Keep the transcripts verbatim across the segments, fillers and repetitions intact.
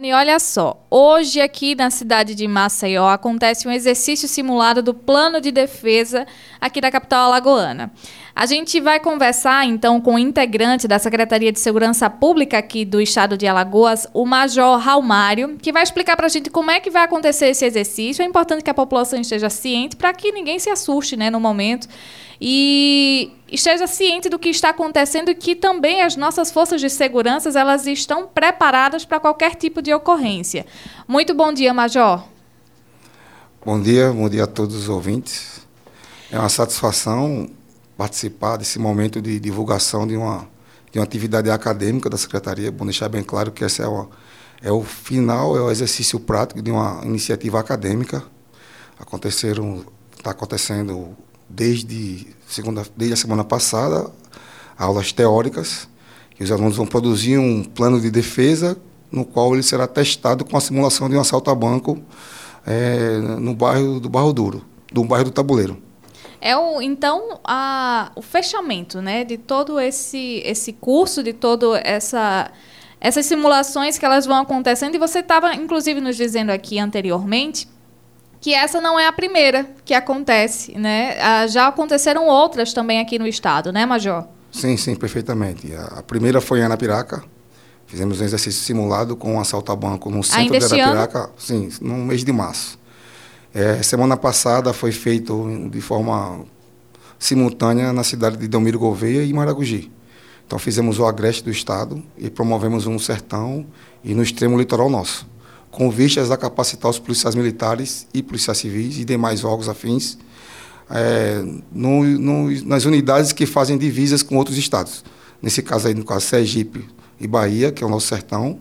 E olha só, hoje aqui na cidade de Maceió acontece um exercício simulado do plano de defesa aqui da capital alagoana. A gente vai conversar então com o integrante da Secretaria de Segurança Pública aqui do estado de Alagoas, o Major Raumário, que vai explicar para a gente como é que vai acontecer esse exercício. É importante que a população esteja ciente para que ninguém se assuste, né, no momento. E esteja ciente do que está acontecendo e que também as nossas forças de segurança elas estão preparadas para qualquer tipo de ocorrência. Muito bom dia, Major. Bom dia, bom dia a todos os ouvintes. É uma satisfação participar desse momento de divulgação de uma, de uma atividade acadêmica da Secretaria. Bom deixar bem claro que esse é, uma, é o final, é o exercício prático de uma iniciativa acadêmica. Aconteceram, está acontecendo desde, segunda, desde a semana passada, aulas teóricas, que os alunos vão produzir um plano de defesa, no qual ele será testado com a simulação de um assalto a banco é, no bairro do Barro Duro, do bairro do Tabuleiro. É o, então a, o fechamento, né, de todo esse, esse curso, de toda essa essas simulações que elas vão acontecendo. E você estava, inclusive, nos dizendo aqui anteriormente que essa não é a primeira que acontece, né? Ah, já aconteceram outras também aqui no estado, né, Major? Sim, sim, perfeitamente. A, a primeira foi em Anapiraca. Fizemos um exercício simulado com um assalto a banco no centro Ainda de Anapiraca, ano? Sim, no mês de março. É, semana passada foi feito de forma simultânea na cidade de Delmiro Gouveia e Maragogi. Então fizemos o agreste do estado e promovemos um sertão e no extremo litoral nosso, com vistas a capacitar os policiais militares e policiais civis e demais órgãos afins é, no, no, nas unidades que fazem divisas com outros estados. Nesse caso aí, no caso Sergipe e Bahia, que é o nosso sertão,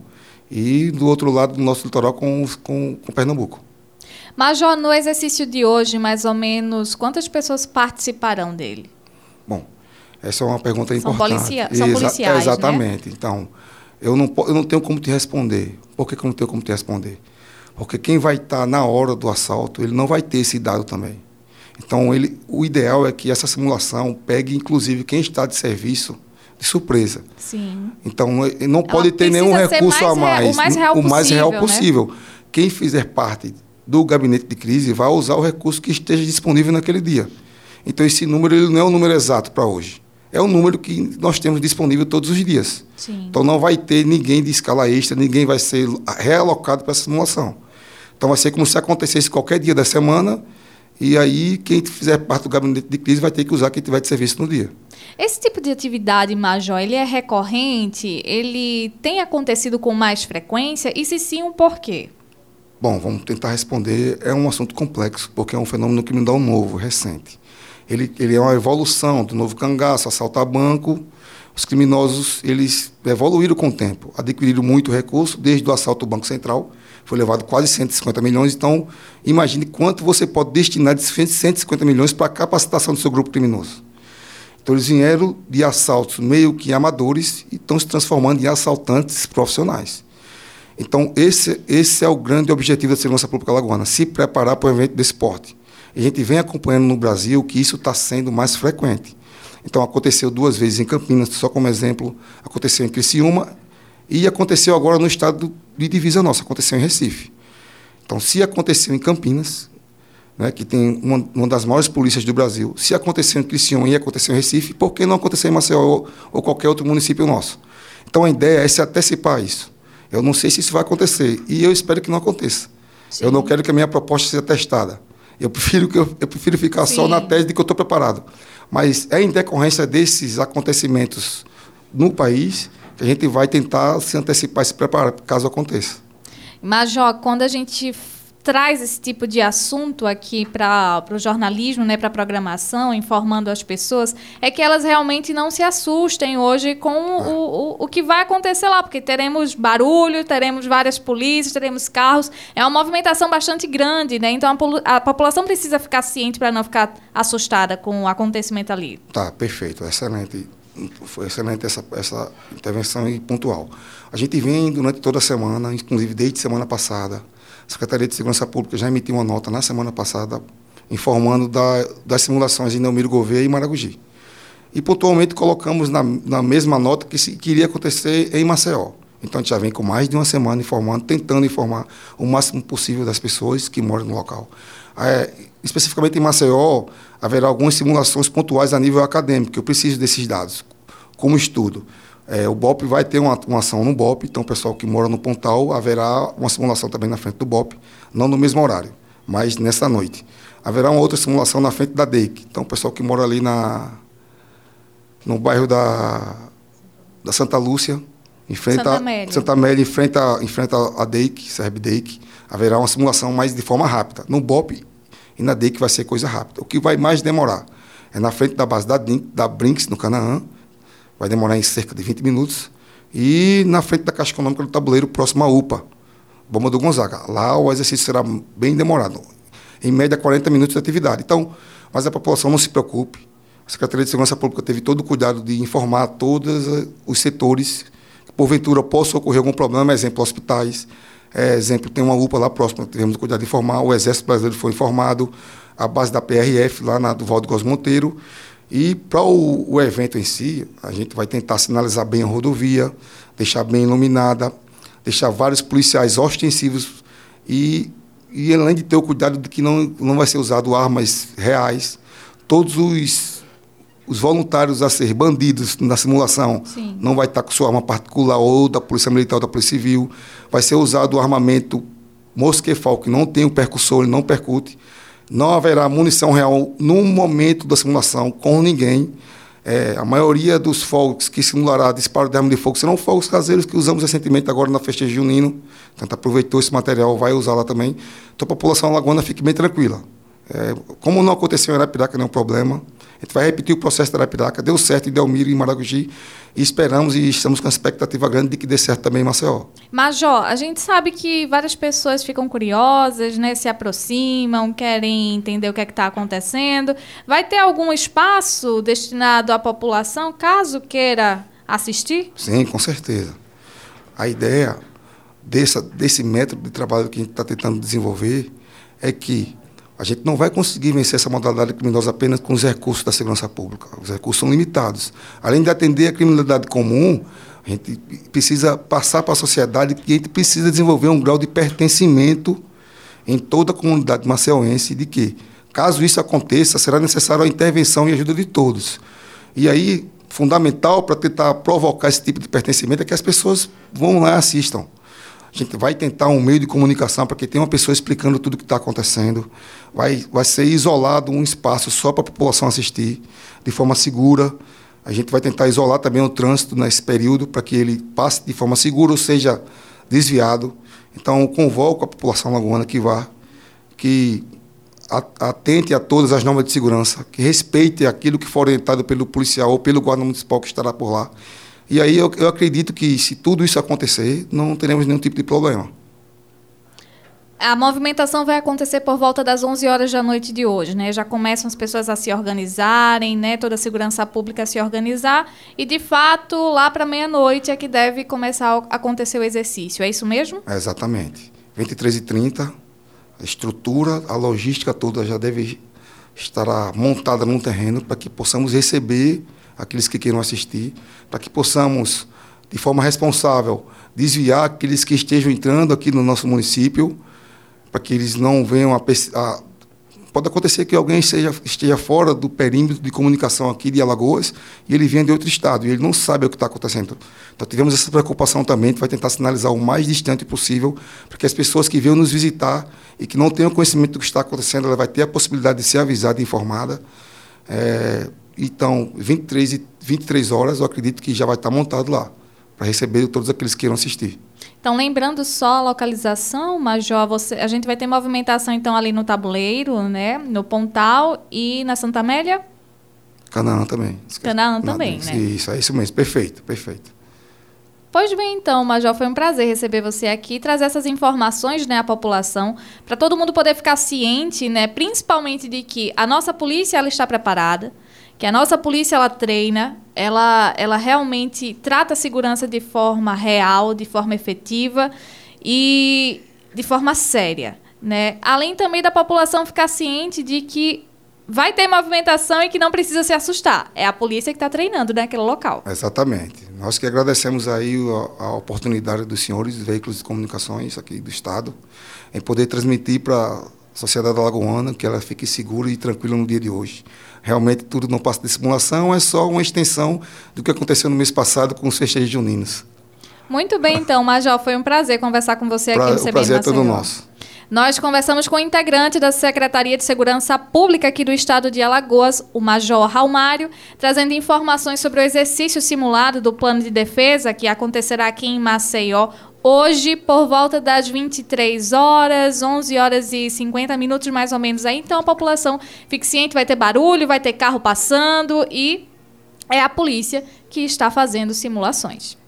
e do outro lado do nosso litoral com, com, com Pernambuco. Major, no exercício de hoje, mais ou menos, quantas pessoas participarão dele? Bom, essa é uma pergunta são importante. Policia são policiais, Exa exatamente. Né? Então, eu não, eu não tenho como te responder. Por que, que eu não tenho como te responder? Porque quem vai estar na hora do assalto, ele não vai ter esse dado também. Então, ele, o ideal é que essa simulação pegue, inclusive, quem está de serviço de surpresa. Sim. Então, não pode Ela ter nenhum recurso mais a mais. O mais real o possível. mais real né? possível. Quem fizer parte do gabinete de crise vai usar o recurso que esteja disponível naquele dia. Então, esse número ele não é um número exato para hoje. É um número que nós temos disponível todos os dias. Sim. Então, não vai ter ninguém de escala extra, ninguém vai ser realocado para essa simulação. Então, vai ser como se acontecesse qualquer dia da semana, e aí quem fizer parte do gabinete de crise vai ter que usar quem tiver de serviço no dia. Esse tipo de atividade, Major, ele é recorrente? Ele tem acontecido com mais frequência? E se sim, o porquê? Bom, vamos tentar responder. É um assunto complexo, porque é um fenômeno criminal novo, recente. Ele, ele é uma evolução do novo cangaço, assalto a banco. Os criminosos, eles evoluíram com o tempo, adquiriram muito recurso, desde o assalto ao Banco Central, foi levado quase cento e cinquenta milhões, então imagine quanto você pode destinar de cento e cinquenta milhões para a capacitação do seu grupo criminoso. Então eles vieram de assaltos meio que amadores e estão se transformando em assaltantes profissionais. Então, esse, esse é o grande objetivo da Segurança Pública Alagoana, se preparar para um evento desse porte. E a gente vem acompanhando no Brasil que isso está sendo mais frequente. Então, aconteceu duas vezes em Campinas, só como exemplo, aconteceu em Criciúma e aconteceu agora no estado de divisa nossa, aconteceu em Recife. Então, se aconteceu em Campinas, né, que tem uma, uma das maiores polícias do Brasil, se aconteceu em Criciúma e aconteceu em Recife, por que não aconteceu em Maceió ou, ou qualquer outro município nosso? Então, a ideia é se antecipar isso. Eu não sei se isso vai acontecer e eu espero que não aconteça. Sim. Eu não quero que a minha proposta seja testada. Eu prefiro, que eu, eu prefiro ficar Sim. só na tese de que eu estou preparado. Mas é em decorrência desses acontecimentos no país que a gente vai tentar se antecipar e se preparar caso aconteça. Major, quando a gente traz esse tipo de assunto aqui para o jornalismo, né, para a programação, informando as pessoas, é que elas realmente não se assustem hoje com o, o, o que vai acontecer lá, porque teremos barulho, teremos várias polícias, teremos carros, é uma movimentação bastante grande, né? Então a, a população precisa ficar ciente para não ficar assustada com o acontecimento ali. Tá, perfeito, excelente. Foi excelente essa, essa intervenção e pontual. A gente vem durante toda a semana, inclusive desde semana passada, a Secretaria de Segurança Pública já emitiu uma nota na semana passada informando da, das simulações em Delmiro Gouveia e Maragogi. E pontualmente colocamos na, na mesma nota que, se, que iria acontecer em Maceió. Então, a gente já vem com mais de uma semana informando, tentando informar o máximo possível das pessoas que moram no local. É, especificamente em Maceió, haverá algumas simulações pontuais a nível acadêmico, eu preciso desses dados, como estudo. É, o B O P vai ter uma, uma ação no B O P, então o pessoal que mora no Pontal, haverá uma simulação também na frente do B O P, não no mesmo horário, mas nessa noite. Haverá uma outra simulação na frente da D E I C, então o pessoal que mora ali na, no bairro da, da Santa Lúcia, enfrenta Santa Amélia, Santa Amélia enfrenta, enfrenta a D E I C, Serb D E I C, haverá uma simulação mais de forma rápida. No B O P e na D E I C vai ser coisa rápida. O que vai mais demorar é na frente da base da, da Brinks, no Canaã, vai demorar em cerca de vinte minutos, e na frente da Caixa Econômica do Tabuleiro, próximo à U P A, Bomba do Gonzaga. Lá o exercício será bem demorado, em média quarenta minutos de atividade. Então, mas a população não se preocupe. A Secretaria de Segurança Pública teve todo o cuidado de informar todos os setores que, porventura, possa ocorrer algum problema, exemplo, hospitais, é, exemplo, tem uma U P A lá próxima, tivemos o cuidado de informar, o Exército Brasileiro foi informado, a base da P R F, lá na do Valdo Góes Monteiro. E para o, o evento em si, a gente vai tentar sinalizar bem a rodovia, deixar bem iluminada, deixar vários policiais ostensivos e, e além de ter o cuidado de que não, não vai ser usado armas reais, todos os, os voluntários a ser bandidos na simulação, sim, não vai estar com sua arma particular ou da Polícia Militar ou da Polícia Civil, vai ser usado o armamento mosquefal, que não tem o percussor, ele não percute. Não haverá munição real no momento da simulação com ninguém. É, a maioria dos fogos que simulará disparo de arma de fogo serão fogos caseiros que usamos recentemente agora na festa de junino. Então, aproveitou esse material, vai usar lá também. Então, a população alagoana fique bem tranquila. É, como não aconteceu em Arapiraca, nenhum problema, a gente vai repetir o processo da Arapiraca. Deu certo em Delmiro e em Maragogi. E esperamos e estamos com a expectativa grande de que dê certo também em Maceió. Major, a gente sabe que várias pessoas ficam curiosas, né, se aproximam, querem entender o que é que está acontecendo. Vai ter algum espaço destinado à população, caso queira assistir? Sim, com certeza. A ideia dessa, desse método de trabalho que a gente está tentando desenvolver é que a gente não vai conseguir vencer essa modalidade criminosa apenas com os recursos da segurança pública. Os recursos são limitados. Além de atender a criminalidade comum, a gente precisa passar para a sociedade que a gente precisa desenvolver um grau de pertencimento em toda a comunidade maceioense de que, caso isso aconteça, será necessária a intervenção e ajuda de todos. E aí, fundamental para tentar provocar esse tipo de pertencimento é que as pessoas vão lá e assistam. A gente vai tentar um meio de comunicação para que tenha uma pessoa explicando tudo o que está acontecendo. Vai, vai ser isolado um espaço só para a população assistir, de forma segura. A gente vai tentar isolar também o trânsito nesse período para que ele passe de forma segura ou seja desviado. Então, eu convoco a população lagoana que vá, que atente a todas as normas de segurança, que respeite aquilo que for orientado pelo policial ou pelo guarda municipal que estará por lá. E aí eu, eu acredito que, se tudo isso acontecer, não teremos nenhum tipo de problema. A movimentação vai acontecer por volta das onze horas da noite de hoje, né? Já começam as pessoas a se organizarem, né? Toda a segurança pública a se organizar. E, de fato, lá para meia-noite é que deve começar a acontecer o exercício. É isso mesmo? É, exatamente. vinte e três e trinta, a estrutura, a logística toda já deve estar montada num terreno para que possamos receber aqueles que queiram assistir, para que possamos, de forma responsável, desviar aqueles que estejam entrando aqui no nosso município, para que eles não venham a, a... Pode acontecer que alguém esteja, esteja fora do perímetro de comunicação aqui de Alagoas e ele venha de outro estado, e ele não sabe o que está acontecendo. Então, tivemos essa preocupação também, a gente vai tentar sinalizar o mais distante possível, para que as pessoas que venham nos visitar e que não tenham conhecimento do que está acontecendo, ela vai ter a possibilidade de ser avisada e informada. É... Então, vinte e três, vinte e três horas, eu acredito que já vai estar montado lá, para receber todos aqueles que queiram assistir. Então, lembrando só a localização, Major, você, a gente vai ter movimentação, então, ali no Tabuleiro, né, no Pontal e na Santa Amélia? Canaã também. Canaã também, Nada, né? Isso, é isso mesmo, perfeito, perfeito. Pois bem, então, Major, foi um prazer receber você aqui, trazer essas informações, né, à população, para todo mundo poder ficar ciente, né, principalmente de que a nossa polícia ela está preparada, que a nossa polícia ela treina, ela, ela realmente trata a segurança de forma real, de forma efetiva e de forma séria, né? Além também da população ficar ciente de que vai ter movimentação e que não precisa se assustar. É a polícia que está treinando naquele local. Exatamente. Nós que agradecemos aí a, a oportunidade dos senhores veículos de comunicações aqui do Estado em poder transmitir para a sociedade alagoana que ela fique segura e tranquila no dia de hoje. Realmente tudo não passa de simulação, é só uma extensão do que aconteceu no mês passado com os festejos juninos. Muito bem, então, Major, foi um prazer conversar com você aqui pra, no C B N O prazer Maceió. é todo nosso. Nós conversamos com o integrante da Secretaria de Segurança Pública aqui do Estado de Alagoas, o Major Raumário, trazendo informações sobre o exercício simulado do Plano de Defesa que acontecerá aqui em Maceió hoje, por volta das vinte e três horas, onze horas e cinquenta minutos mais ou menos aí. Então a população fique ciente, vai ter barulho, vai ter carro passando e é a polícia que está fazendo simulações.